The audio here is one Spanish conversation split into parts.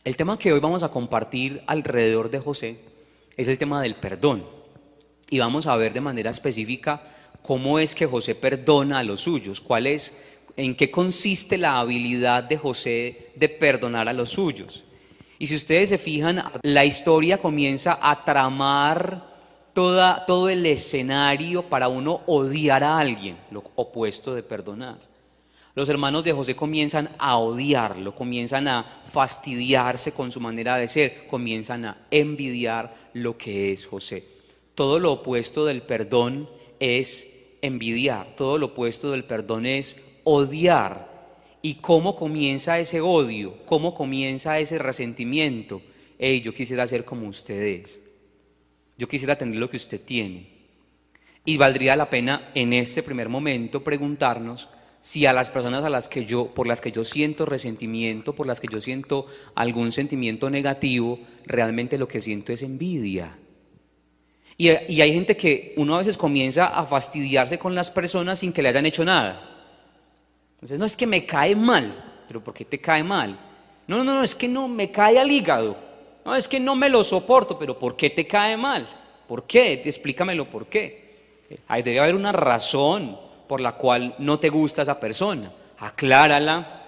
El tema que hoy vamos a compartir alrededor de José es el tema del perdón. Y vamos a ver de manera específica cómo es que José perdona a los suyos, en qué consiste la habilidad de José de perdonar a los suyos. Y si ustedes se fijan, la historia comienza a tramar todo el escenario para uno odiar a alguien, lo opuesto de perdonar. Los hermanos de José comienzan a odiarlo, comienzan a fastidiarse con su manera de ser, comienzan a envidiar lo que es José. Todo lo opuesto del perdón es envidiar, todo lo opuesto del perdón es odiar. ¿Y cómo comienza ese odio? ¿Cómo comienza ese resentimiento? Hey, yo quisiera ser como usted es. Yo quisiera tener lo que usted tiene. Y valdría la pena en este primer momento preguntarnos si a las personas por las que yo siento resentimiento, por las que yo siento algún sentimiento negativo, realmente lo que siento es envidia. Y hay gente que uno a veces comienza a fastidiarse con las personas sin que le hayan hecho nada. Entonces, no es que me cae mal, pero ¿por qué te cae mal? No, es que no me cae al hígado. No, es que no me lo soporto, pero ¿por qué te cae mal? ¿Por qué? Explícamelo por qué. Debe haber una razón por la cual no te gusta esa persona. Aclárala.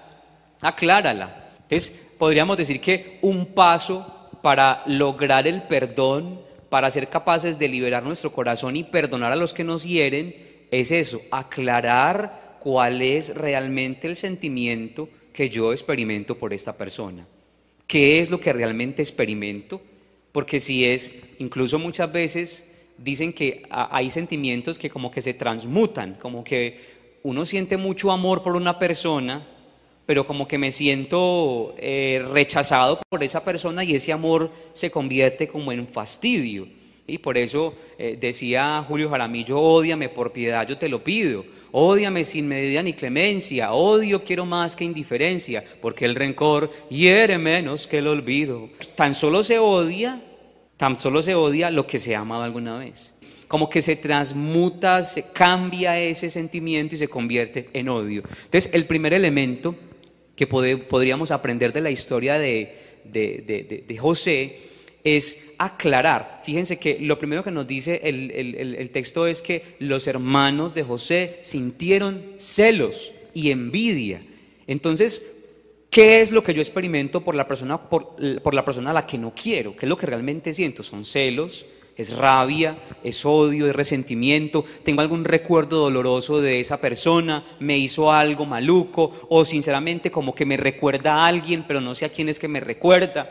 Entonces, podríamos decir que un paso para lograr el perdón, para ser capaces de liberar nuestro corazón y perdonar a los que nos hieren, es eso, aclarar cuál es realmente el sentimiento que yo experimento por esta persona. ¿Qué es lo que realmente experimento? Porque incluso muchas veces dicen que hay sentimientos que como que se transmutan, como que uno siente mucho amor por una persona, pero como que me siento rechazado por esa persona y ese amor se convierte como en fastidio. Y por eso decía Julio Jaramillo, ódiame por piedad, yo te lo pido. Ódiame sin medida ni clemencia, odio quiero más que indiferencia, porque el rencor hiere menos que el olvido. Tan solo se odia lo que se ha amado alguna vez. Como que se transmuta, se cambia ese sentimiento y se convierte en odio. Entonces, el primer elemento que podríamos aprender de la historia de José es aclarar. Fíjense que lo primero que nos dice el texto es que los hermanos de José sintieron celos y envidia. Entonces, ¿qué es lo que yo experimento por la persona a la que no quiero? ¿Qué es lo que realmente siento? Son celos, es rabia, es odio, es resentimiento. Tengo algún recuerdo doloroso de esa persona, me hizo algo maluco, o sinceramente como que me recuerda a alguien, pero no sé a quién es que me recuerda.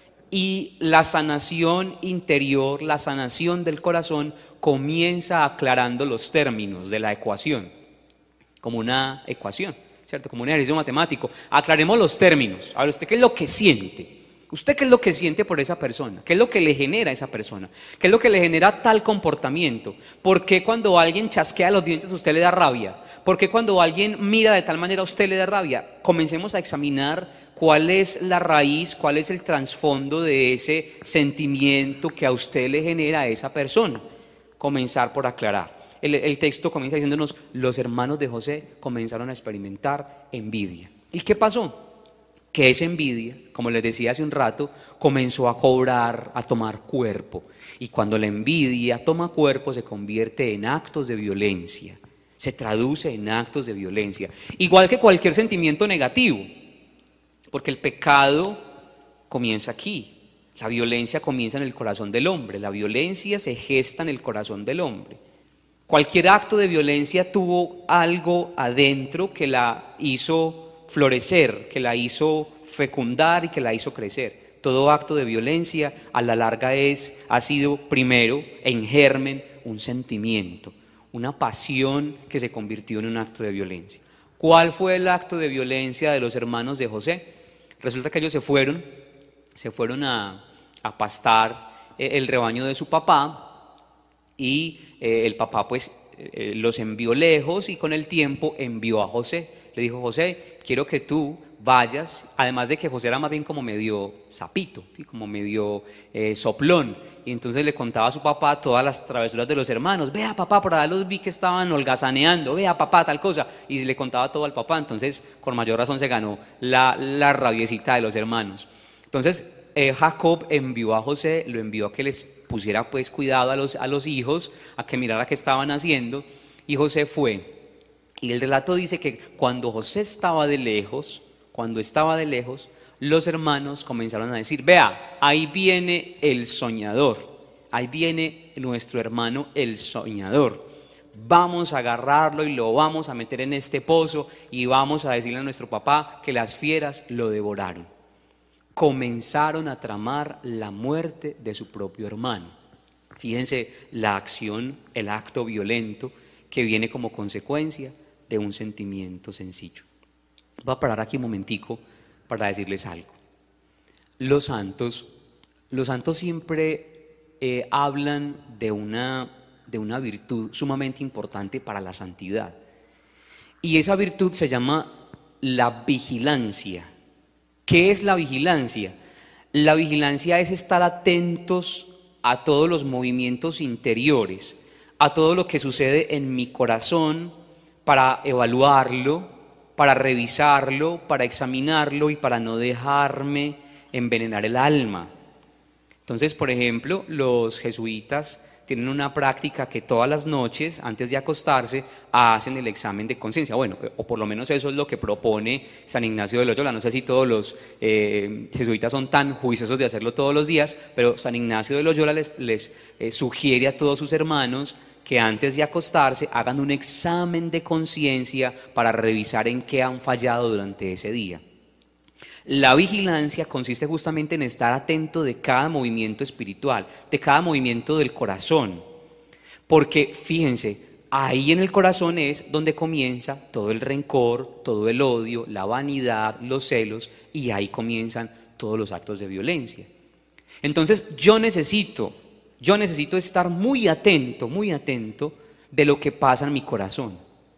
Y la sanación interior, la sanación del corazón comienza aclarando los términos de la ecuación, como una ecuación, ¿cierto? Como un ejercicio matemático. Aclaremos los términos. Ahora, ¿usted qué es lo que siente? ¿Usted qué es lo que siente por esa persona? ¿Qué es lo que le genera a esa persona? ¿Qué es lo que le genera tal comportamiento? ¿Por qué cuando alguien chasquea los dientes a usted le da rabia? ¿Por qué cuando alguien mira de tal manera a usted le da rabia? Comencemos a examinar cuál es la raíz, cuál es el trasfondo de ese sentimiento que a usted le genera a esa persona. Comenzar por aclarar. El texto comienza diciéndonos, los hermanos de José comenzaron a experimentar envidia. ¿Y qué pasó? Que esa envidia, como les decía hace un rato, comenzó a cobrar, a tomar cuerpo. Y cuando la envidia toma cuerpo, se convierte en actos de violencia. Se traduce en actos de violencia. Igual que cualquier sentimiento negativo. Porque el pecado comienza aquí. La violencia comienza en el corazón del hombre. La violencia se gesta en el corazón del hombre. Cualquier acto de violencia tuvo algo adentro que la hizo florecer, que la hizo fecundar y que la hizo crecer. Todo acto de violencia a la larga ha sido primero en germen un sentimiento, una pasión que se convirtió en un acto de violencia. ¿Cuál fue el acto de violencia de los hermanos de José? Resulta que ellos se fueron a pastar el rebaño de su papá y el papá pues los envió lejos y con el tiempo envió a José. Le dijo, José, quiero que tú vayas, además de que José era más bien como medio sapito, ¿sí? Como medio soplón, y entonces le contaba a su papá todas las travesuras de los hermanos. Vea papá, por allá los vi que estaban holgazaneando, vea papá, tal cosa, y le contaba todo al papá. Entonces con mayor razón se ganó la rabiecita de los hermanos. Entonces Jacob envió a José, lo envió a que les pusiera pues cuidado a los hijos, a que mirara qué estaban haciendo, y José fue. Y el relato dice que cuando José estaba de lejos, los hermanos comenzaron a decir: vea, ahí viene el soñador, ahí viene nuestro hermano el soñador. Vamos a agarrarlo y lo vamos a meter en este pozo y vamos a decirle a nuestro papá que las fieras lo devoraron. Comenzaron a tramar la muerte de su propio hermano. Fíjense la acción, el acto violento que viene como consecuencia de un sentimiento sencillo. Voy a parar aquí un momentico para decirles algo. Los santos siempre hablan de una virtud sumamente importante para la santidad. Y esa virtud se llama la vigilancia. ¿Qué es la vigilancia? La vigilancia es estar atentos a todos los movimientos interiores, a todo lo que sucede en mi corazón, para evaluarlo, para revisarlo, para examinarlo y para no dejarme envenenar el alma. Entonces, por ejemplo, los jesuitas tienen una práctica que todas las noches, antes de acostarse, hacen el examen de conciencia. Bueno, o por lo menos eso es lo que propone San Ignacio de Loyola. No sé si todos los jesuitas son tan juiciosos de hacerlo todos los días, pero San Ignacio de Loyola les sugiere a todos sus hermanos que antes de acostarse hagan un examen de conciencia para revisar en qué han fallado durante ese día. La vigilancia consiste justamente en estar atento de cada movimiento espiritual, de cada movimiento del corazón, porque fíjense, ahí en el corazón es donde comienza todo el rencor, todo el odio, la vanidad, los celos, y ahí comienzan todos los actos de violencia. Entonces yo necesito estar muy atento de lo que pasa en mi corazón,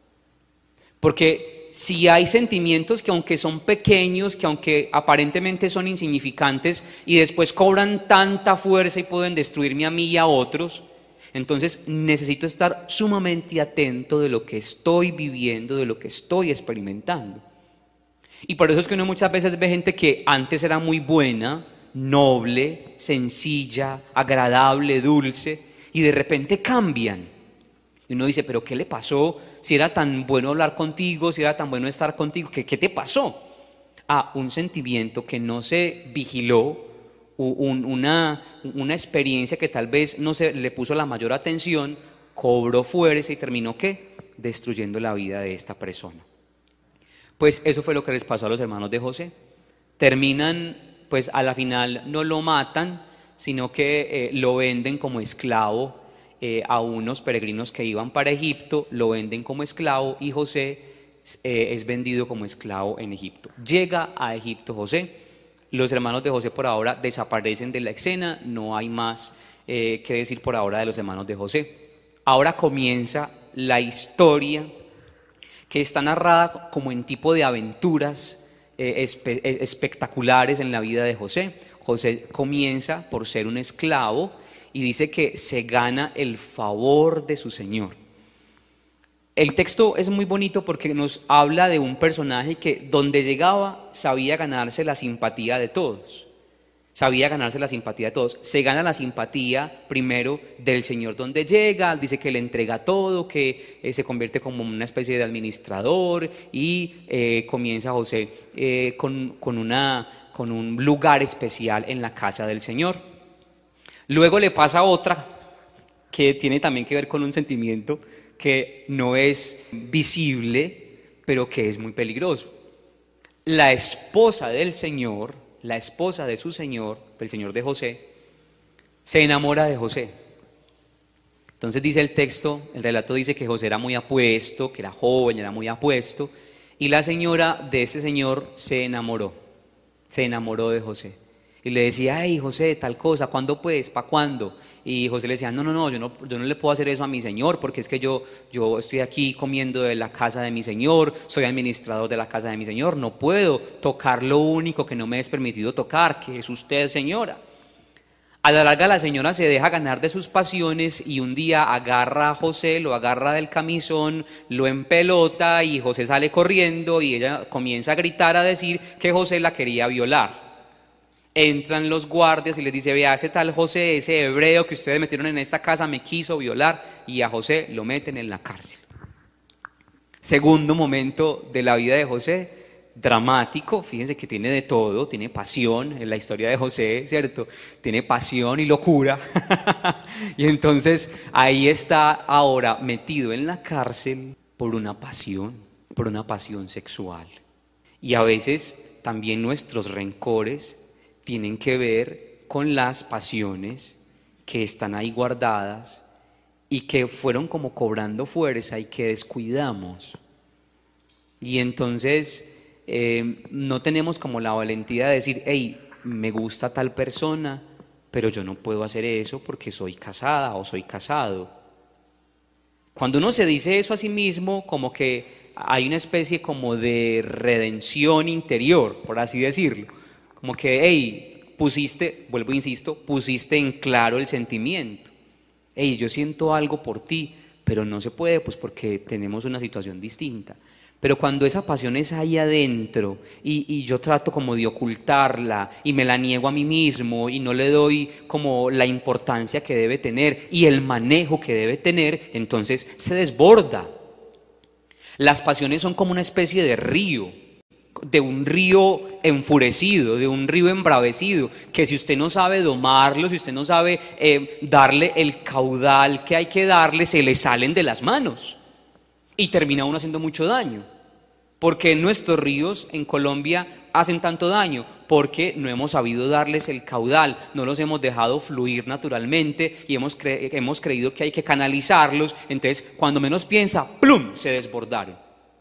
porque si hay sentimientos que aunque son pequeños, que aunque aparentemente son insignificantes y después cobran tanta fuerza y pueden destruirme a mí y a otros, entonces necesito estar sumamente atento de lo que estoy viviendo, de lo que estoy experimentando. Y por eso es que uno muchas veces ve gente que antes era muy buena, noble, sencilla, agradable, dulce, y de repente cambian. Y uno dice: ¿pero qué le pasó? Si era tan bueno hablar contigo, si era tan bueno estar contigo, ¿qué te pasó? Un sentimiento que no se vigiló, una experiencia que tal vez no se le puso la mayor atención, cobró fuerza y terminó ¿qué? Destruyendo la vida de esta persona. Pues eso fue lo que les pasó a los hermanos de José. Terminan, pues a la final no lo matan, sino que lo venden como esclavo a unos peregrinos que iban para Egipto, lo venden como esclavo y José es vendido como esclavo en Egipto. Llega a Egipto José, los hermanos de José por ahora desaparecen de la escena, no hay más que decir por ahora de los hermanos de José. Ahora comienza la historia que está narrada como en tipo de aventuras espectaculares en la vida de José. José comienza por ser un esclavo y dice que se gana el favor de su Señor. El texto es muy bonito porque nos habla de un personaje que donde llegaba sabía ganarse la simpatía de todos. Sabía ganarse la simpatía de todos. Se gana la simpatía primero del Señor donde llega, dice que le entrega todo, que se convierte como una especie de administrador y comienza José con un lugar especial en la casa del Señor. Luego le pasa otra que tiene también que ver con un sentimiento que no es visible, pero que es muy peligroso. La esposa del Señor, la esposa de su Señor, del Señor de José, se enamora de José. Entonces dice el texto, el relato dice que José era muy apuesto, que era joven, era muy apuesto, y la señora de ese señor se enamoró de José. Y le decía: ay, José, tal cosa, ¿cuándo pues? ¿Para cuándo? Y José le decía: no, yo no le puedo hacer eso a mi señor, porque es que yo estoy aquí comiendo de la casa de mi señor, soy administrador de la casa de mi señor, no puedo tocar lo único que no me es permitido tocar, que es usted, señora. A la larga la señora se deja ganar de sus pasiones y un día agarra a José, lo agarra del camisón, lo empelota y José sale corriendo y ella comienza a gritar, a decir que José la quería violar. Entran los guardias y les dice, vea, ese tal José, ese hebreo que ustedes metieron en esta casa me quiso violar, y a José lo meten en la cárcel. Segundo momento de la vida de José, dramático, fíjense que tiene de todo, tiene pasión en la historia de José, ¿cierto? Tiene pasión y locura. Y entonces ahí está ahora metido en la cárcel por una pasión sexual. Y a veces también nuestros rencores tienen que ver con las pasiones que están ahí guardadas y que fueron como cobrando fuerza y que descuidamos. Y entonces no tenemos como la valentía de decir, hey, me gusta tal persona, pero yo no puedo hacer eso porque soy casada o soy casado. Cuando uno se dice eso a sí mismo, como que hay una especie como de redención interior, por así decirlo. Como que, hey, pusiste, vuelvo e insisto, pusiste en claro el sentimiento. Hey, yo siento algo por ti, pero no se puede, pues porque tenemos una situación distinta. Pero cuando esa pasión es ahí adentro y yo trato como de ocultarla y me la niego a mí mismo y no le doy como la importancia que debe tener y el manejo que debe tener, entonces se desborda. Las pasiones son como una especie de un río enfurecido, de un río embravecido, que si usted no sabe domarlo, si usted no sabe darle el caudal que hay que darle, se le salen de las manos y termina uno haciendo mucho daño. Porque nuestros ríos en Colombia hacen tanto daño, porque no hemos sabido darles el caudal, no los hemos dejado fluir naturalmente y hemos creído que hay que canalizarlos, entonces cuando menos piensa, ¡plum!, se desbordaron.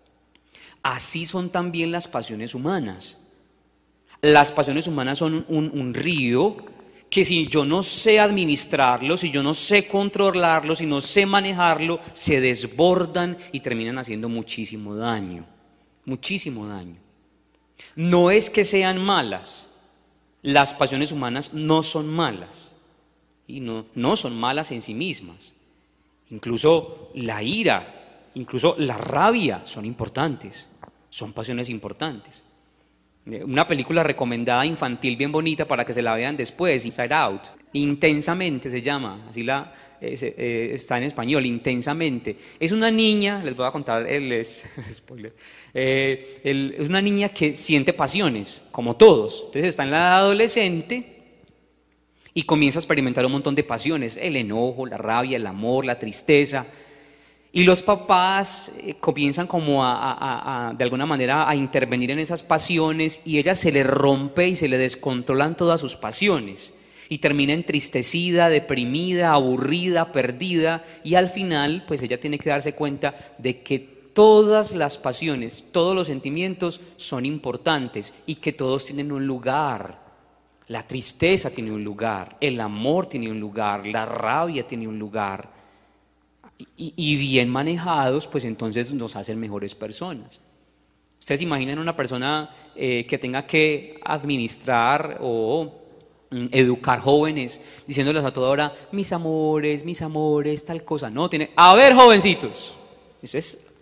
Así son también las pasiones humanas. Las pasiones humanas son un río que si yo no sé administrarlo, si yo no sé controlarlo, si no sé manejarlo, se desbordan y terminan haciendo muchísimo daño. Muchísimo daño. No es que sean malas, las pasiones humanas no son malas y no son malas en sí mismas. Incluso la ira, incluso la rabia son importantes, son pasiones importantes. Una película recomendada infantil bien bonita para que se la vean después, Inside Out, Intensamente se llama, así está en español, Intensamente. Es una niña, les voy a contar el spoiler, es una niña que siente pasiones, como todos. Entonces está en la edad adolescente y comienza a experimentar un montón de pasiones, el enojo, la rabia, el amor, la tristeza. Y los papás comienzan como de alguna manera a intervenir en esas pasiones y ella se le rompe y se le descontrolan todas sus pasiones y termina entristecida, deprimida, aburrida, perdida y al final pues ella tiene que darse cuenta de que todas las pasiones, todos los sentimientos son importantes y que todos tienen un lugar. La tristeza tiene un lugar, el amor tiene un lugar, la rabia tiene un lugar. Y bien manejados, pues entonces nos hacen mejores personas. ¿Ustedes imaginan una persona que tenga que administrar o educar jóvenes, diciéndoles a toda hora, mis amores, tal cosa? No, tiene, a ver, jovencitos, eso es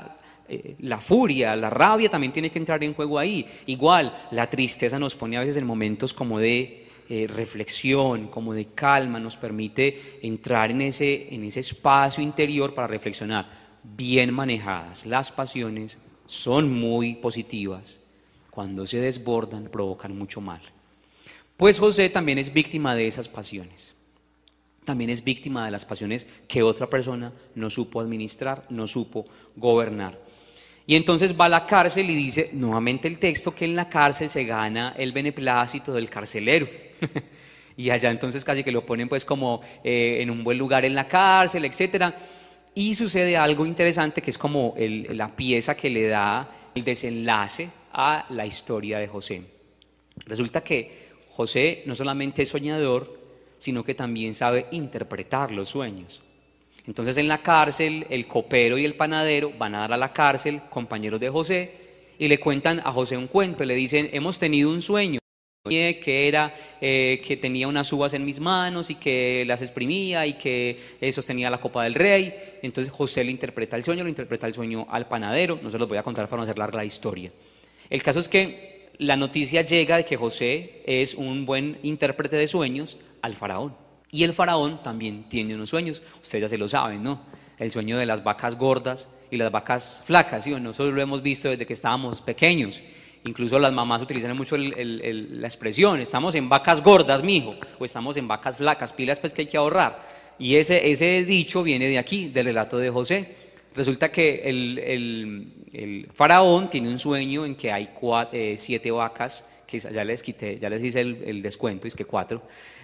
la furia, la rabia también tiene que entrar en juego ahí. Igual, la tristeza nos pone a veces en momentos como de reflexión, como de calma, nos permite entrar en ese espacio interior para reflexionar. Bien manejadas, las pasiones son muy positivas. Cuando se desbordan, provocan mucho mal. Pues José también es víctima de esas pasiones. También es víctima de las pasiones que otra persona no supo administrar, no supo gobernar. Y entonces va a la cárcel y dice nuevamente el texto que en la cárcel se gana el beneplácito del carcelero. Y allá entonces casi que lo ponen pues como en un buen lugar en la cárcel, etcétera. Y sucede algo interesante que es como la pieza que le da el desenlace a la historia de José. Resulta que José no solamente es soñador, sino que también sabe interpretar los sueños. Entonces en la cárcel el copero y el panadero van a dar a la cárcel, compañeros de José, y le cuentan a José un cuento, le dicen, hemos tenido un sueño que era que tenía unas uvas en mis manos y que las exprimía y que sostenía la copa del rey. Entonces José le interpreta el sueño al panadero, no se los voy a contar para no hacer larga la historia. El caso es que la noticia llega de que José es un buen intérprete de sueños al faraón. Y el faraón también tiene unos sueños, ustedes ya se lo saben, ¿no? El sueño de las vacas gordas y las vacas flacas, ¿sí? Nosotros lo hemos visto desde que estábamos pequeños. Incluso las mamás utilizan mucho la expresión, estamos en vacas gordas, mijo, o estamos en vacas flacas, pilas pues que hay que ahorrar. Y ese dicho viene de aquí, del relato de José. Resulta que el faraón tiene un sueño en que hay 7 vacas, que ya les quité, ya les hice el descuento, es que 4.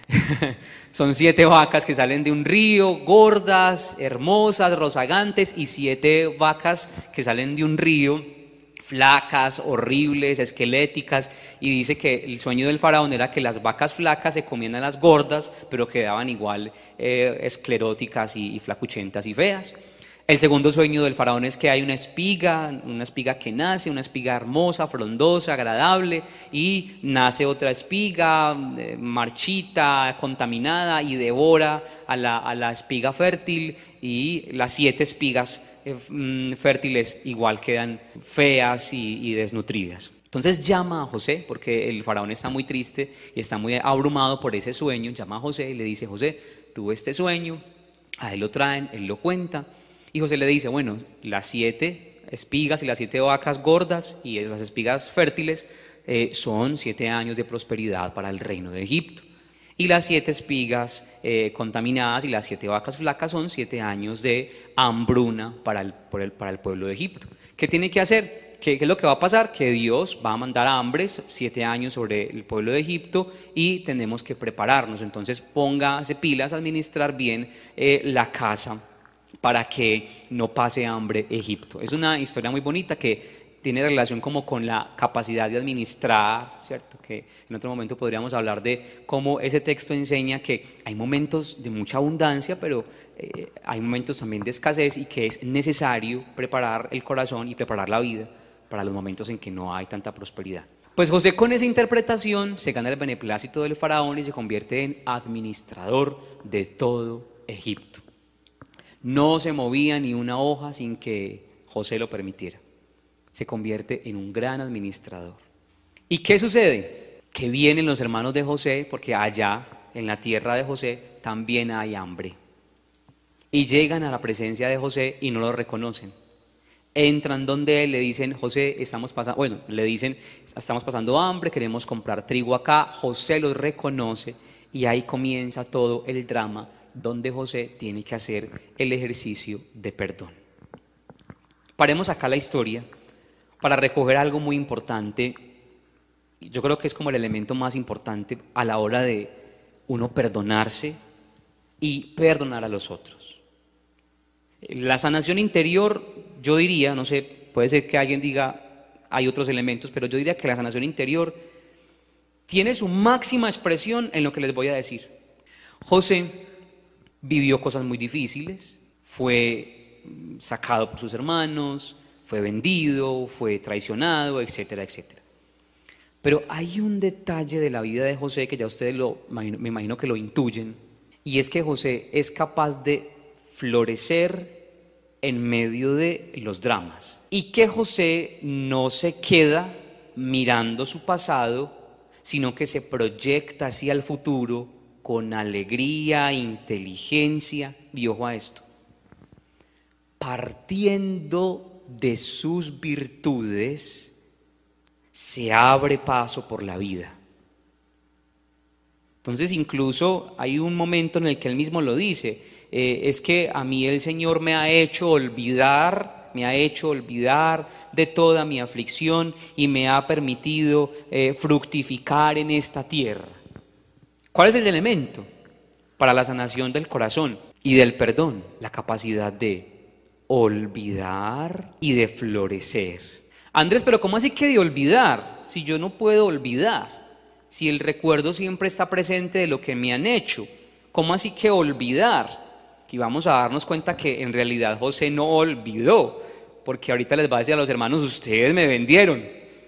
Son 7 vacas que salen de un río, gordas, hermosas, rozagantes, y 7 vacas que salen de un río, flacas, horribles, esqueléticas, y dice que el sueño del faraón era que las vacas flacas se comían a las gordas, pero quedaban igual escleróticas y flacuchentas y feas. El segundo sueño del faraón es que hay una espiga que nace, una espiga hermosa, frondosa, agradable, y nace otra espiga marchita, contaminada, y devora a la espiga fértil, y las 7 espigas fértiles igual quedan feas y desnutridas. Entonces llama a José, porque el faraón está muy triste y está muy abrumado por ese sueño. Llama a José y le dice: José, tuve este sueño. A él lo traen, él lo cuenta, y José le dice: bueno, las 7 espigas y las 7 vacas gordas y las espigas fértiles son 7 años de prosperidad para el reino de Egipto. Y las 7 espigas contaminadas y las 7 vacas flacas son 7 años de hambruna para el pueblo de Egipto. ¿Qué tiene que hacer? ¿Qué es lo que va a pasar? Que Dios va a mandar hambres 7 años sobre el pueblo de Egipto, y tenemos que prepararnos. Entonces póngase pilas a administrar bien la casa para que no pase hambre Egipto. Es una historia muy bonita que tiene relación como con la capacidad de administrar, ¿cierto? Que en otro momento podríamos hablar de cómo ese texto enseña que hay momentos de mucha abundancia, pero hay momentos también de escasez, y que es necesario preparar el corazón y preparar la vida para los momentos en que no hay tanta prosperidad. Pues José, con esa interpretación, se gana el beneplácito del faraón y se convierte en administrador de todo Egipto. No se movía ni una hoja sin que José lo permitiera. Se convierte en un gran administrador. ¿Y qué sucede? Que vienen los hermanos de José, porque allá en la tierra de José también hay hambre. Y llegan a la presencia de José y no lo reconocen. Entran donde él, le dicen: José, estamos pasando hambre, queremos comprar trigo acá. José los reconoce, y ahí comienza todo el drama, donde José tiene que hacer el ejercicio de perdón. Paremos acá la historia para recoger algo muy importante. Yo creo que es como el elemento más importante a la hora de uno perdonarse y perdonar a los otros. La sanación interior, yo diría, no sé, puede ser que alguien diga hay otros elementos, pero yo diría que la sanación interior tiene su máxima expresión en lo que les voy a decir. José vivió cosas muy difíciles, fue sacado por sus hermanos, fue vendido, fue traicionado, etcétera, etcétera. Pero hay un detalle de la vida de José que ya ustedes me imagino que lo intuyen, y es que José es capaz de florecer en medio de los dramas, y que José no se queda mirando su pasado, sino que se proyecta hacia el futuro con alegría, inteligencia, y ojo a esto, partiendo de sus virtudes, se abre paso por la vida. Entonces incluso hay un momento en el que él mismo lo dice, es que a mí el Señor me ha hecho olvidar de toda mi aflicción y me ha permitido fructificar en esta tierra. ¿Cuál es el elemento para la sanación del corazón y del perdón? La capacidad de olvidar y de florecer. Andrés, pero ¿cómo así que de olvidar? Si yo no puedo olvidar, si el recuerdo siempre está presente de lo que me han hecho, ¿cómo así que olvidar? Aquí vamos a darnos cuenta que en realidad José no olvidó, porque ahorita les va a decir a los hermanos: ustedes me vendieron.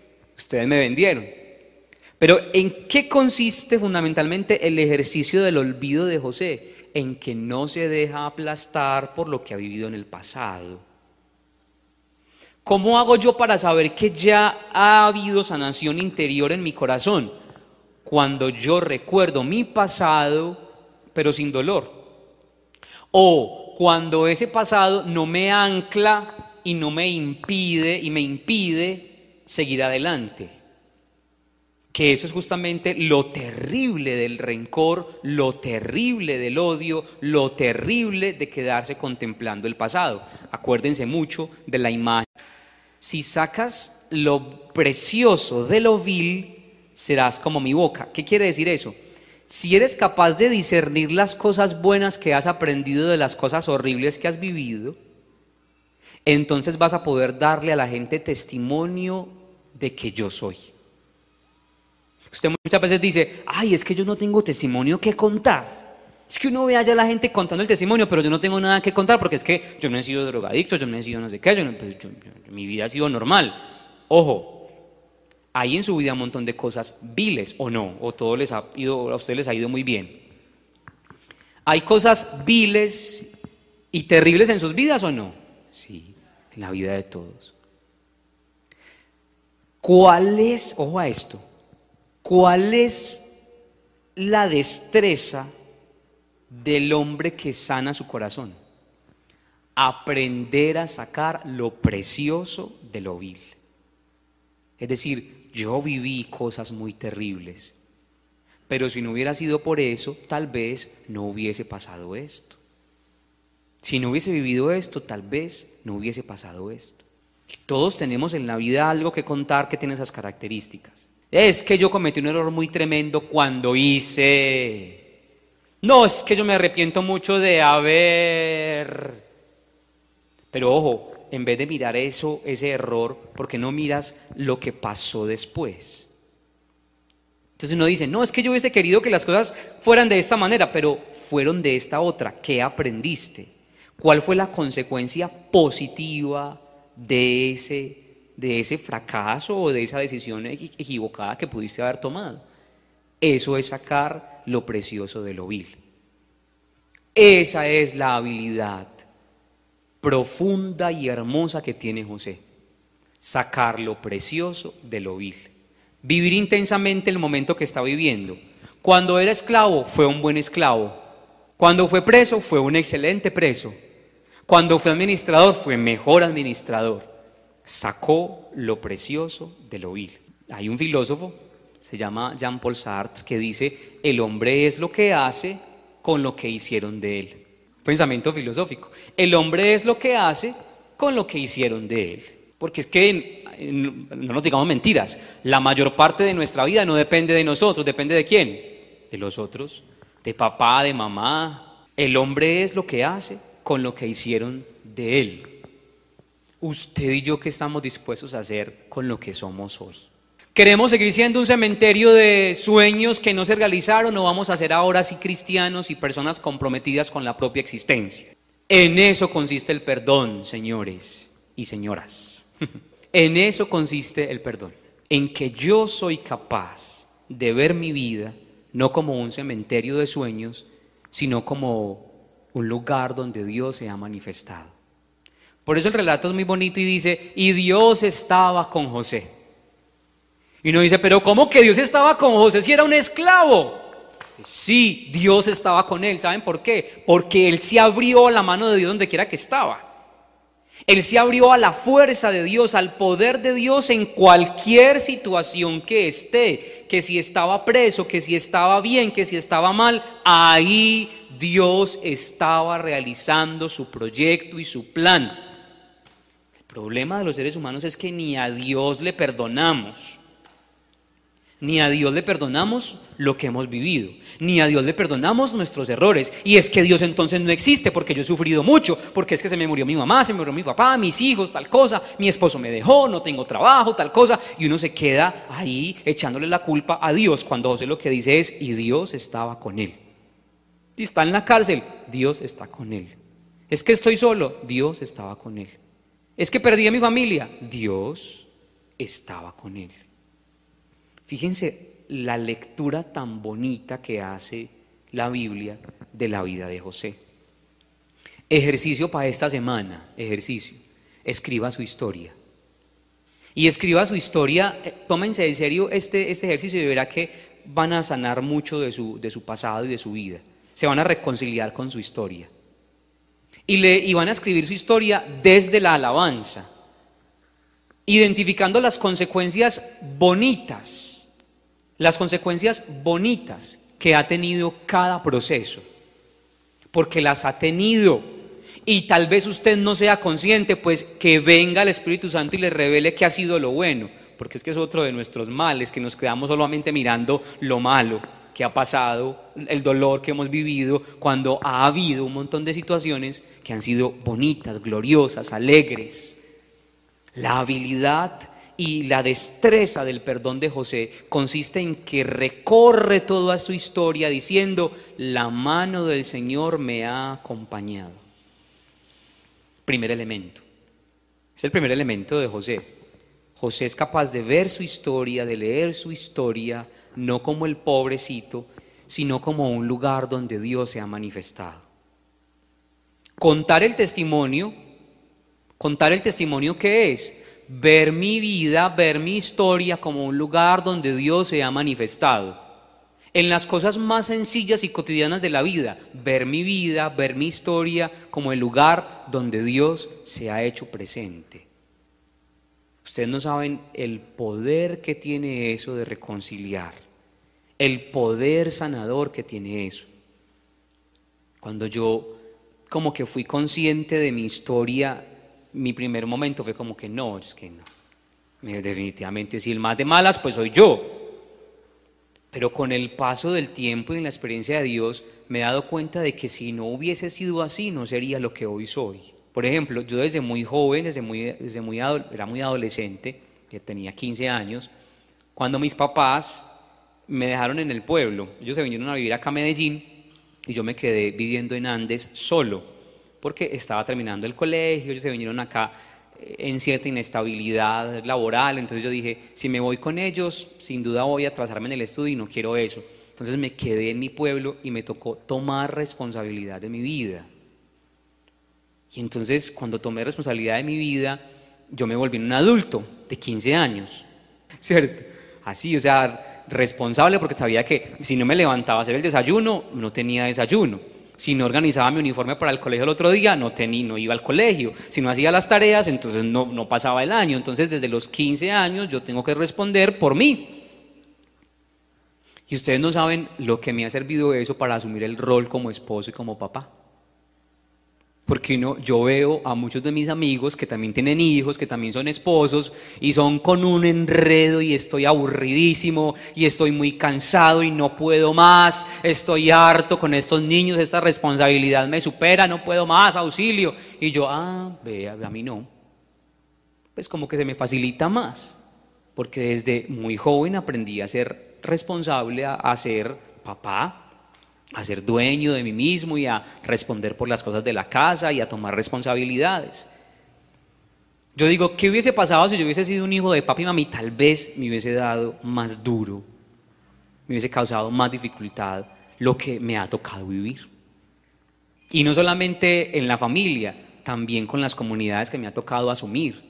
Pero ¿en qué consiste fundamentalmente el ejercicio del olvido de José? En que no se deja aplastar por lo que ha vivido en el pasado. ¿Cómo hago yo para saber que ya ha habido sanación interior en mi corazón? Cuando yo recuerdo mi pasado, pero sin dolor. O cuando ese pasado no me ancla y no me impide, y me impide seguir adelante. Que eso es justamente lo terrible del rencor, lo terrible del odio, lo terrible de quedarse contemplando el pasado. Acuérdense mucho de la imagen. Si sacas lo precioso de lo vil, serás como mi boca. ¿Qué quiere decir eso? Si eres capaz de discernir las cosas buenas que has aprendido de las cosas horribles que has vivido, entonces vas a poder darle a la gente testimonio de que yo soy. Usted muchas veces dice, ay, es que yo no tengo testimonio que contar. Es que uno ve allá a la gente contando el testimonio, pero yo no tengo nada que contar porque es que yo no he sido drogadicto, yo no he sido no sé qué, mi vida ha sido normal. Ojo, hay en su vida un montón de cosas viles, ¿o no? ¿O todo a ustedes les ha ido muy bien? ¿Hay cosas viles y terribles en sus vidas o no? Sí, en la vida de todos. ¿Cuál es, ojo a esto, cuál es la destreza del hombre que sana su corazón? Aprender a sacar lo precioso de lo vil. Es decir, yo viví cosas muy terribles, pero si no hubiera sido por eso, tal vez no hubiese pasado esto. Si no hubiese vivido esto, tal vez no hubiese pasado esto. Todos tenemos en la vida algo que contar que tiene esas características. Es que yo cometí un error muy tremendo cuando hice... No, es que yo me arrepiento mucho de haber... Pero ojo, en vez de mirar eso, ese error, ¿por qué no miras lo que pasó después? Entonces uno dice, no, es que yo hubiese querido que las cosas fueran de esta manera, pero fueron de esta otra. ¿Qué aprendiste? ¿Cuál fue la consecuencia positiva de ese fracaso o de esa decisión equivocada que pudiste haber tomado? Eso es sacar lo precioso de lo vil. Esa es la habilidad profunda y hermosa que tiene José. Sacar lo precioso de lo vil. Vivir intensamente el momento que está viviendo. Cuando era esclavo, fue un buen esclavo. Cuando fue preso, fue un excelente preso. Cuando fue administrador, fue mejor administrador. Sacó lo precioso de lo vil. Hay un filósofo, se llama Jean-Paul Sartre, que dice, el hombre es lo que hace con lo que hicieron de él. Pensamiento filosófico. El hombre es lo que hace con lo que hicieron de él. Porque es que, no nos digamos mentiras, la mayor parte de nuestra vida no depende de nosotros, depende de quién, de los otros, de papá, de mamá. El hombre es lo que hace con lo que hicieron de él. Usted y yo, ¿qué estamos dispuestos a hacer con lo que somos hoy? ¿Queremos seguir siendo un cementerio de sueños que no se realizaron o vamos a ser ahora sí cristianos y personas comprometidas con la propia existencia? En eso consiste el perdón, señores y señoras. En eso consiste el perdón. En que yo soy capaz de ver mi vida no como un cementerio de sueños, sino como un lugar donde Dios se ha manifestado. Por eso el relato es muy bonito y dice, y Dios estaba con José. Y uno dice, pero ¿cómo que Dios estaba con José si era un esclavo? Sí, Dios estaba con él. ¿Saben por qué? Porque él se abrió a la mano de Dios donde quiera que estaba. Él se abrió a la fuerza de Dios, al poder de Dios en cualquier situación que esté. Que si estaba preso, que si estaba bien, que si estaba mal, ahí Dios estaba realizando su proyecto y su plan. El problema de los seres humanos es que ni a Dios le perdonamos. Ni a Dios le perdonamos lo que hemos vivido, ni a Dios le perdonamos nuestros errores. Y es que Dios entonces no existe porque yo he sufrido mucho, porque es que se me murió mi mamá, se me murió mi papá, mis hijos, tal cosa, mi esposo me dejó, no tengo trabajo, tal cosa. Y uno se queda ahí echándole la culpa a Dios cuando José lo que dice es, y Dios estaba con él. Si está en la cárcel, Dios está con él. Es que estoy solo, Dios estaba con él. Es que perdí a mi familia, Dios estaba con él. Fíjense la lectura tan bonita que hace la Biblia de la vida de José. Ejercicio para esta semana, ejercicio. Escriba su historia. Y escriba su historia, tómense en serio este ejercicio y verá que van a sanar mucho de su pasado y de su vida. Se van a reconciliar con su historia. Y van a escribir su historia desde la alabanza, identificando las consecuencias bonitas que ha tenido cada proceso, porque las ha tenido. Y tal vez usted no sea consciente, pues que venga el Espíritu Santo y le revele qué ha sido lo bueno, porque es que es otro de nuestros males, que nos quedamos solamente mirando lo malo que ha pasado, el dolor que hemos vivido, cuando ha habido un montón de situaciones que han sido bonitas, gloriosas, alegres. La habilidad y la destreza del perdón de José consiste en que recorre toda su historia diciendo: la mano del Señor me ha acompañado. Primer elemento. Es el primer elemento de José. José es capaz de ver su historia, de leer su historia, no como el pobrecito, sino como un lugar donde Dios se ha manifestado. Contar el testimonio, ¿qué es? Ver mi vida, ver mi historia como un lugar donde Dios se ha manifestado. En las cosas más sencillas y cotidianas de la vida, ver mi vida, ver mi historia como el lugar donde Dios se ha hecho presente. Ustedes no saben el poder que tiene eso de reconciliar, el poder sanador que tiene eso. Cuando yo como que fui consciente de mi historia, mi primer momento fue como que no, es que no. Definitivamente, si el más de malas, pues soy yo. Pero con el paso del tiempo y en la experiencia de Dios, me he dado cuenta de que si no hubiese sido así, no sería lo que hoy soy. Por ejemplo, yo desde muy joven, era muy adolescente, que tenía 15 años, cuando mis papás me dejaron en el pueblo. Ellos se vinieron a vivir acá a Medellín y yo me quedé viviendo en Andes solo, porque estaba terminando el colegio. Ellos se vinieron acá en cierta inestabilidad laboral, entonces yo dije, si me voy con ellos, sin duda voy a atrasarme en el estudio y no quiero eso. Entonces me quedé en mi pueblo y me tocó tomar responsabilidad de mi vida. Y entonces cuando tomé responsabilidad de mi vida, yo me volví un adulto de 15 años, ¿cierto? Así, o sea, responsable, porque sabía que si no me levantaba a hacer el desayuno, no tenía desayuno. Si no organizaba mi uniforme para el colegio el otro día, no iba al colegio. Si no hacía las tareas, entonces no pasaba el año. Entonces desde los 15 años yo tengo que responder por mí. Y ustedes no saben lo que me ha servido eso para asumir el rol como esposo y como papá. Porque yo veo a muchos de mis amigos que también tienen hijos, que también son esposos, y son con un enredo y estoy aburridísimo y estoy muy cansado y no puedo más, estoy harto con estos niños, esta responsabilidad me supera, no puedo más, auxilio. Y yo, vea, a mí no. Pues como que se me facilita más, porque desde muy joven aprendí a ser responsable, a ser papá, a ser dueño de mí mismo y a responder por las cosas de la casa y a tomar responsabilidades. Yo digo, ¿qué hubiese pasado si yo hubiese sido un hijo de papi y mami? Tal vez me hubiese dado más duro, me hubiese causado más dificultad lo que me ha tocado vivir. Y no solamente en la familia, también con las comunidades que me ha tocado asumir,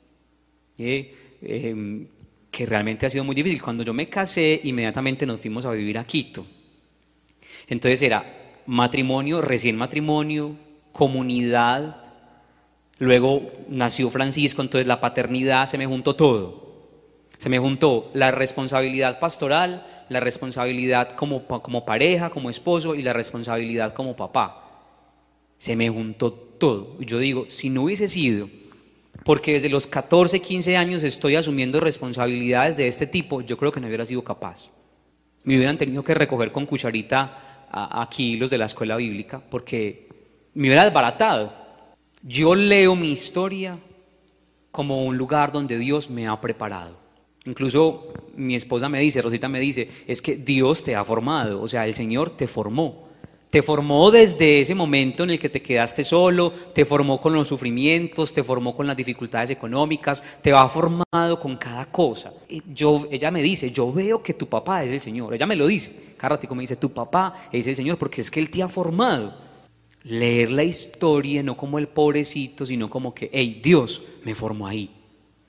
que realmente ha sido muy difícil. Cuando yo me casé, inmediatamente nos fuimos a vivir a Quito. Entonces era matrimonio, recién matrimonio, comunidad, luego nació Francisco, entonces la paternidad, se me juntó todo. Se me juntó la responsabilidad pastoral, la responsabilidad como pareja, como esposo y la responsabilidad como papá. Se me juntó todo. Y yo digo, si no hubiese sido, porque desde los 14, 15 años estoy asumiendo responsabilidades de este tipo, yo creo que no hubiera sido capaz. Me hubieran tenido que recoger con cucharita aquí los de la escuela bíblica, porque me hubiera desbaratado. Yo leo mi historia como un lugar donde Dios me ha preparado. Incluso mi esposa me dice, Rosita me dice, es que Dios te ha formado, o sea, el Señor te formó. Te formó desde ese momento en el que te quedaste solo, te formó con los sufrimientos, te formó con las dificultades económicas, te ha formado con cada cosa. Ella me dice, yo veo que tu papá es el Señor. Ella me lo dice, cada ratico me dice, tu papá es el Señor, porque es que Él te ha formado. Leer la historia no como el pobrecito, sino como que, hey, Dios me formó ahí.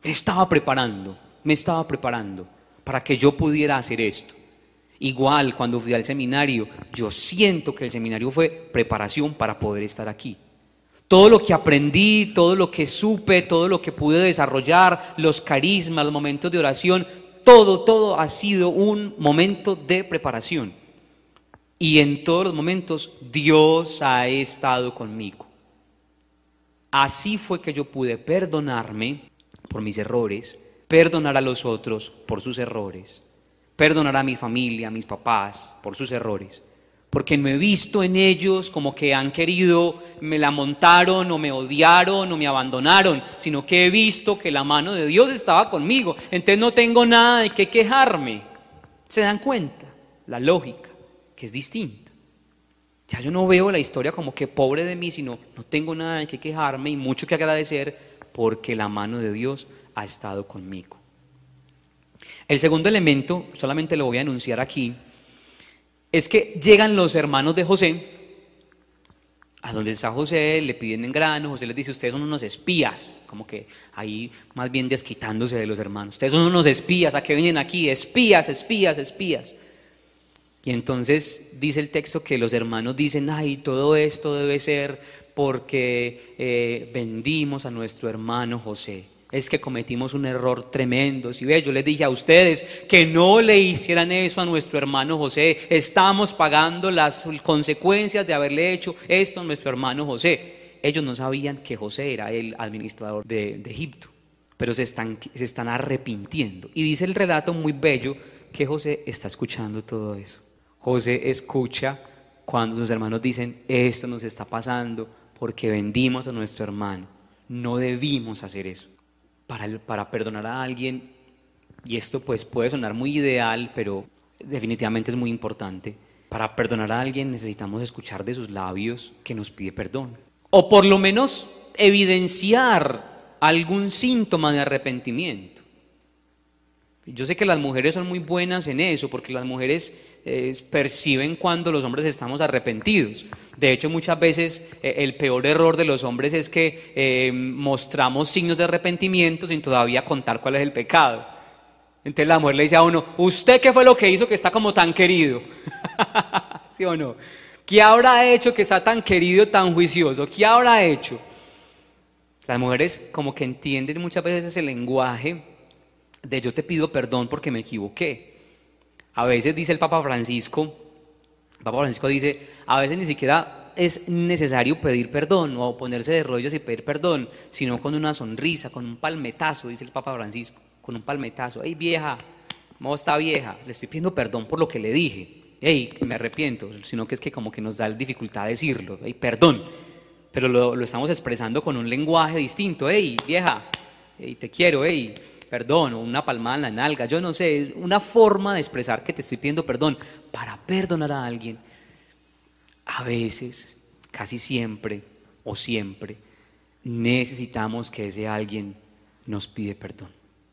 me estaba preparando para que yo pudiera hacer esto. Igual cuando fui al seminario, yo siento que el seminario fue preparación para poder estar aquí. Todo lo que aprendí, todo lo que supe, todo lo que pude desarrollar, los carismas, los momentos de oración, todo ha sido un momento de preparación. Y en todos los momentos Dios ha estado conmigo. Así fue que yo pude perdonarme por mis errores, perdonar a los otros por sus errores, perdonar a mi familia, a mis papás por sus errores, porque no he visto en ellos como que han querido, me la montaron o me odiaron o me abandonaron, sino que he visto que la mano de Dios estaba conmigo, entonces no tengo nada de qué quejarme. ¿Se dan cuenta? La lógica, que es distinta. Ya yo no veo la historia como que pobre de mí, sino no tengo nada de qué quejarme y mucho que agradecer porque la mano de Dios ha estado conmigo. El segundo elemento, solamente lo voy a anunciar aquí, es que llegan los hermanos de José, a donde está José, le piden en grano, José les dice, ustedes son unos espías, como que ahí más bien desquitándose de los hermanos, ustedes son unos espías, ¿a qué vienen aquí? Espías. Y entonces dice el texto que los hermanos dicen, ay, todo esto debe ser porque vendimos a nuestro hermano José. Es que cometimos un error tremendo. Si ve, yo les dije a ustedes que no le hicieran eso a nuestro hermano José. Estamos pagando las consecuencias de haberle hecho esto a nuestro hermano José. Ellos no sabían que José era el administrador de Egipto, pero se están arrepintiendo. Y dice el relato muy bello que José está escuchando todo eso. José escucha cuando sus hermanos dicen, esto nos está pasando porque vendimos a nuestro hermano. No debimos hacer eso. Para perdonar a alguien, y esto pues puede sonar muy ideal, pero definitivamente es muy importante. Para perdonar a alguien necesitamos escuchar de sus labios que nos pide perdón, o por lo menos evidenciar algún síntoma de arrepentimiento. Yo sé que las mujeres son muy buenas en eso, porque las mujeres perciben cuando los hombres estamos arrepentidos. De hecho, muchas veces el peor error de los hombres es que mostramos signos de arrepentimiento sin todavía contar cuál es el pecado. Entonces la mujer le dice a uno, ¿usted qué fue lo que hizo que está como tan querido? ¿Sí o no? ¿Qué habrá hecho que está tan querido, tan juicioso? ¿Qué habrá hecho? Las mujeres como que entienden muchas veces ese lenguaje de yo te pido perdón porque me equivoqué. A veces dice el Papa Francisco dice, a veces ni siquiera es necesario pedir perdón o ponerse de rodillas y pedir perdón, sino con una sonrisa, con un palmetazo, dice el Papa Francisco, con un palmetazo. Hey vieja, ¿cómo está vieja? Le estoy pidiendo perdón por lo que le dije. Hey, me arrepiento, sino que es que como que nos da dificultad decirlo. Hey, perdón, pero lo estamos expresando con un lenguaje distinto. Hey vieja, hey, te quiero, hey, perdón, o una palmada en la nalga, yo no sé, una forma de expresar que te estoy pidiendo perdón. Para perdonar a alguien, a veces, casi siempre o siempre, necesitamos que ese alguien nos pide perdón.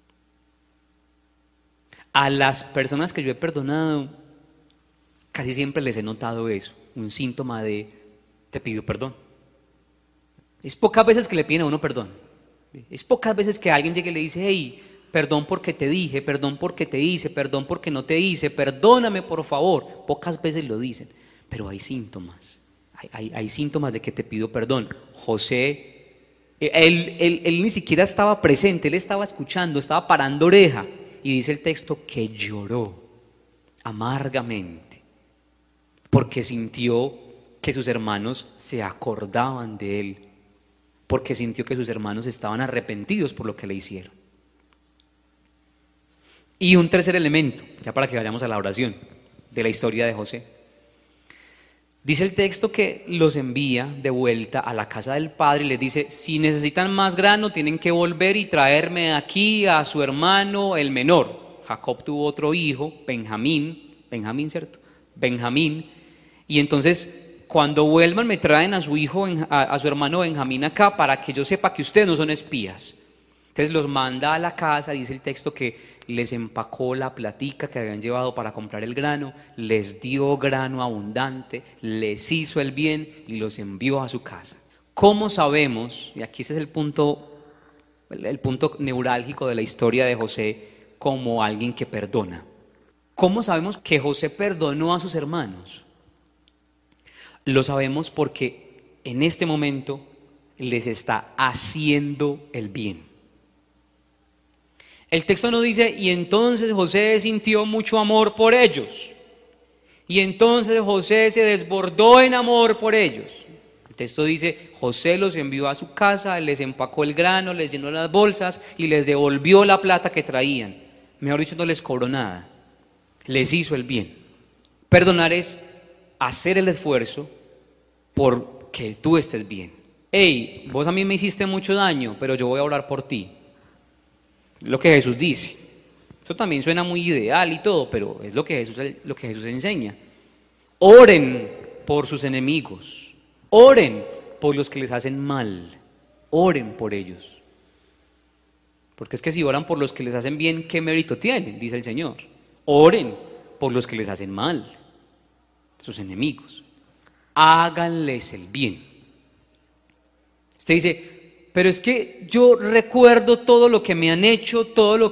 A las personas que yo he perdonado, casi siempre les he notado eso, un síntoma de te pido perdón. Es pocas veces que le piden a uno perdón. Es pocas veces que alguien llegue y le dice, hey, perdón porque te dije, perdón porque te hice, perdón porque no te hice, perdóname por favor. Pocas veces lo dicen, pero hay síntomas, hay síntomas de que te pido perdón. José, él ni siquiera estaba presente, él estaba escuchando, estaba parando oreja, y dice el texto que lloró amargamente, porque sintió que sus hermanos se acordaban de él, porque sintió que sus hermanos estaban arrepentidos por lo que le hicieron. Y un tercer elemento, ya para que vayamos a la oración de la historia de José. Dice el texto que los envía de vuelta a la casa del padre y les dice, si necesitan más grano tienen que volver y traerme aquí a su hermano el menor. Jacob tuvo otro hijo, Benjamín, ¿cierto? Benjamín. Y entonces cuando vuelvan me traen a su hijo, a su hermano Benjamín acá, para que yo sepa que ustedes no son espías. Entonces los manda a la casa, dice el texto que les empacó la platica que habían llevado para comprar el grano, les dio grano abundante, les hizo el bien y los envió a su casa. ¿Cómo sabemos? Y aquí ese es el punto el punto neurálgico de la historia de José como alguien que perdona. ¿Cómo sabemos que José perdonó a sus hermanos? Lo sabemos porque en este momento les está haciendo el bien. El texto no dice, y entonces José sintió mucho amor por ellos. Y entonces José se desbordó en amor por ellos. El texto dice, José los envió a su casa, les empacó el grano, les llenó las bolsas y les devolvió la plata que traían. Mejor dicho, no les cobró nada. Les hizo el bien. Perdonar es hacer el esfuerzo por que tú estés bien. Hey, vos a mí me hiciste mucho daño, pero yo voy a orar por ti. Lo que Jesús dice. Eso también suena muy ideal y todo, pero es lo que Jesús enseña. Oren por sus enemigos. Oren por los que les hacen mal. Oren por ellos. Porque es que si oran por los que les hacen bien, ¿qué mérito tienen? Dice el Señor. Oren por los que les hacen mal, sus enemigos. Háganles el bien. Usted dice, pero es que yo recuerdo todo lo que me han hecho,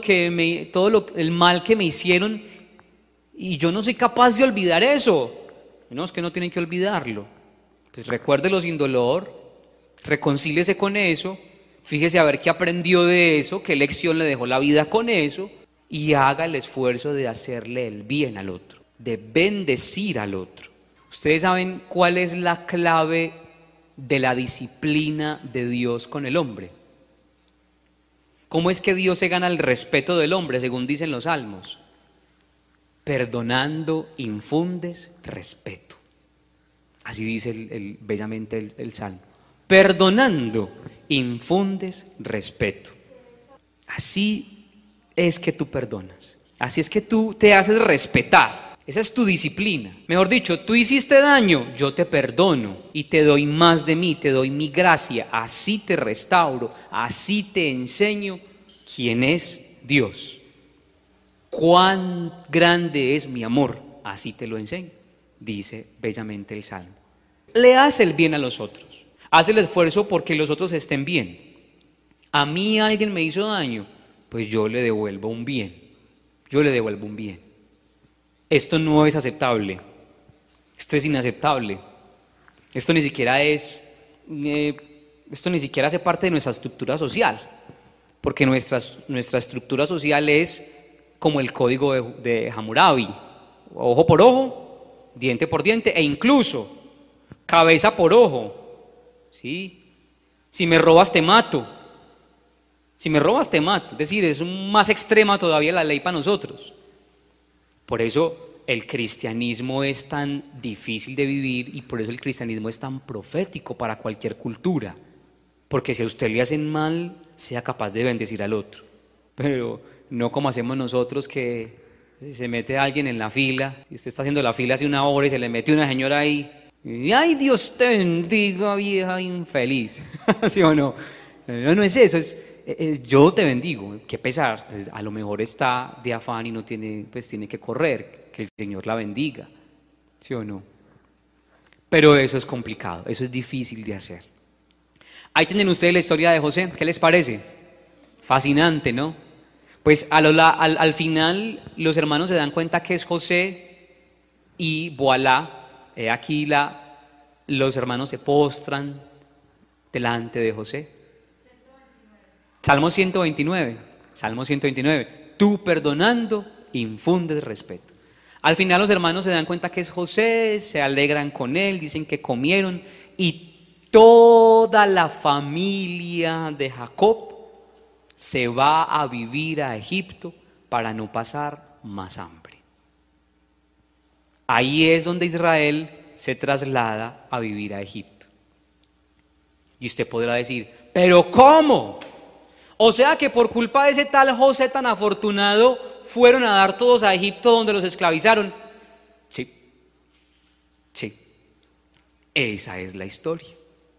el mal que me hicieron, y yo no soy capaz de olvidar eso. No, es que no tienen que olvidarlo. Pues recuérdelo sin dolor, reconcíliese con eso, fíjese a ver qué aprendió de eso, qué lección le dejó la vida con eso, y haga el esfuerzo de hacerle el bien al otro, de bendecir al otro. Ustedes saben cuál es la clave de la disciplina de Dios con el hombre. ¿Cómo es que Dios se gana el respeto del hombre, según dicen los salmos? Perdonando infundes respeto. Así dice bellamente el salmo. Perdonando infundes respeto. Así es que tú perdonas. Así es que tú te haces respetar. Esa es tu disciplina. Mejor dicho, tú hiciste daño, yo te perdono y te doy más de mí, te doy mi gracia. Así te restauro, así te enseño quién es Dios. Cuán grande es mi amor, así te lo enseño, dice bellamente el Salmo. Le hace el bien a los otros, hace el esfuerzo porque los otros estén bien. A mí alguien me hizo daño, pues yo le devuelvo un bien, yo le devuelvo un bien. Esto no es aceptable, esto es inaceptable, esto ni siquiera hace parte de nuestra estructura social, porque nuestra estructura social es como el código de Hammurabi, ojo por ojo, diente por diente e incluso cabeza por ojo, ¿sí? Si me robas te mato, es decir, es más extrema todavía la ley para nosotros. Por eso el cristianismo es tan difícil de vivir y por eso el cristianismo es tan profético para cualquier cultura. Porque si a usted le hacen mal, sea capaz de bendecir al otro. Pero no como hacemos nosotros, que si se mete alguien en la fila, si usted está haciendo la fila hace una hora y se le mete una señora ahí, y ¡ay, Dios te bendiga, vieja infeliz! ¿Sí o no? No es eso, es yo te bendigo, qué pesar, pues a lo mejor está de afán y no tiene, pues tiene que correr, que el Señor la bendiga, ¿sí o no? Pero eso es complicado, eso es difícil de hacer. Ahí tienen ustedes la historia de José, ¿qué les parece? Fascinante, ¿no? Pues al final los hermanos se dan cuenta que es José y voilà, aquí los hermanos se postran delante de José. Salmo 129, tú perdonando infundes respeto. Al final los hermanos se dan cuenta que es José, se alegran con él, dicen que comieron y toda la familia de Jacob se va a vivir a Egipto para no pasar más hambre. Ahí es donde Israel se traslada a vivir a Egipto. Y usted podrá decir, ¿pero cómo? O sea que por culpa de ese tal José tan afortunado fueron a dar todos a Egipto donde los esclavizaron. Sí. Esa es la historia.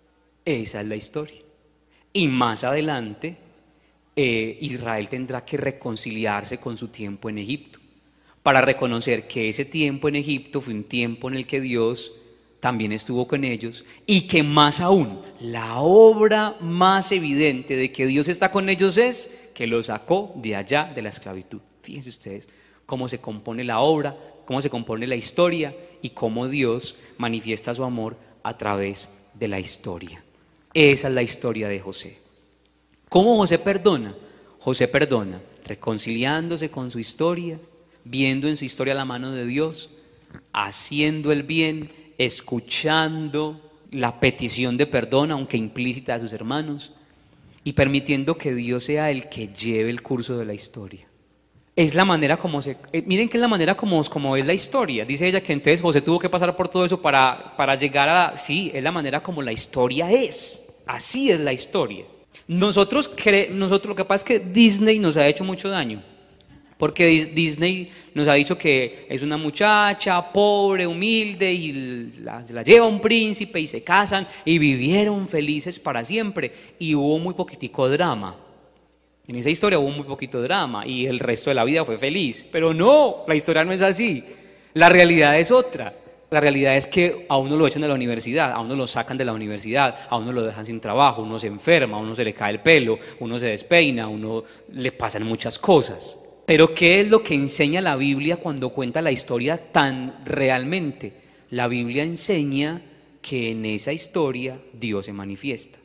Y más adelante Israel tendrá que reconciliarse con su tiempo en Egipto para reconocer que ese tiempo en Egipto fue un tiempo en el que Dios también estuvo con ellos, y que más aún, la obra más evidente de que Dios está con ellos es que los sacó de allá de la esclavitud. Fíjense ustedes cómo se compone la obra, cómo se compone la historia y cómo Dios manifiesta su amor a través de la historia. Esa es la historia de José. ¿Cómo José perdona? José perdona reconciliándose con su historia, viendo en su historia la mano de Dios, haciendo el bien, escuchando la petición de perdón, aunque implícita, de sus hermanos, y permitiendo que Dios sea el que lleve el curso de la historia. Es la manera como miren que es la manera como es la historia. Dice ella que entonces José tuvo que pasar por todo eso para llegar a... Sí, es la manera como la historia es. Así es la historia. Nosotros lo que pasa es que Disney nos ha hecho mucho daño. Porque Disney nos ha dicho que es una muchacha pobre, humilde, y se la lleva un príncipe y se casan y vivieron felices para siempre. Y hubo muy poquitico drama. En esa historia hubo muy poquito drama y el resto de la vida fue feliz. Pero no, la historia no es así. La realidad es otra. La realidad es que a uno lo echan de la universidad, a uno lo sacan de la universidad, a uno lo dejan sin trabajo, uno se enferma, a uno se le cae el pelo, uno se despeina, a uno le pasan muchas cosas. Pero ¿qué es lo que enseña la Biblia cuando cuenta la historia tan realmente? La Biblia enseña que en esa historia Dios se manifiesta.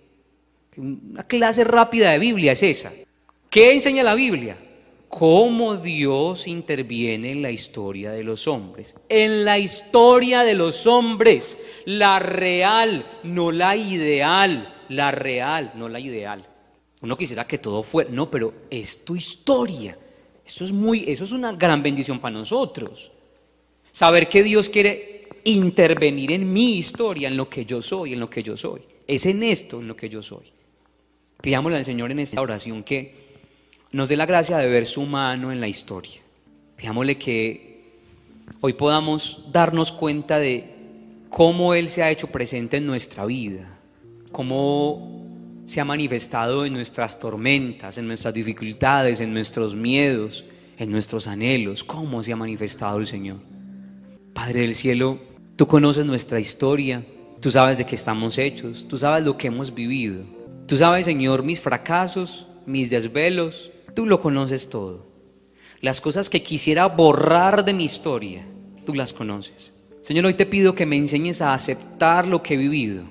Una clase rápida de Biblia es esa. ¿Qué enseña la Biblia? Cómo Dios interviene en la historia de los hombres. En la historia de los hombres, la real, no la ideal. La real, no la ideal. Uno quisiera que todo fuera, no, pero es tu historia. Eso es una gran bendición para nosotros. Saber que Dios quiere intervenir en mi historia, en lo que yo soy, en lo que yo soy. Es en esto en lo que yo soy. Pidámosle al Señor en esta oración que nos dé la gracia de ver su mano en la historia. Pidámosle que hoy podamos darnos cuenta de cómo Él se ha hecho presente en nuestra vida, cómo se ha manifestado en nuestras tormentas, en nuestras dificultades, en nuestros miedos, en nuestros anhelos, cómo se ha manifestado el Señor. Padre del cielo, tú conoces nuestra historia, tú sabes de qué estamos hechos, tú sabes lo que hemos vivido, tú sabes, Señor, mis fracasos, mis desvelos, tú lo conoces todo. Las cosas que quisiera borrar de mi historia, tú las conoces. Señor, hoy te pido que me enseñes a aceptar lo que he vivido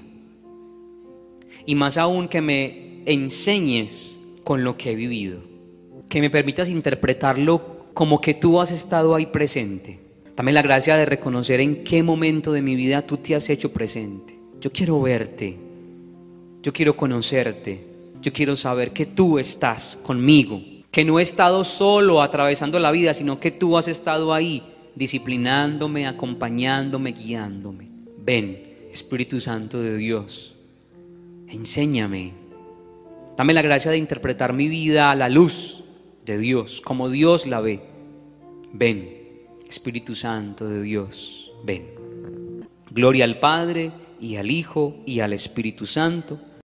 y más aún que me enseñes con lo que he vivido, que me permitas interpretarlo como que tú has estado ahí presente. Dame la gracia de reconocer en qué momento de mi vida tú te has hecho presente. Yo quiero verte, yo quiero conocerte, yo quiero saber que tú estás conmigo, que no he estado solo atravesando la vida, sino que tú has estado ahí disciplinándome, acompañándome, guiándome. Ven, Espíritu Santo de Dios, enséñame. Dame la gracia de interpretar mi vida a la luz de Dios, como Dios la ve. Ven, Espíritu Santo de Dios, ven. Gloria al Padre y al Hijo y al Espíritu Santo,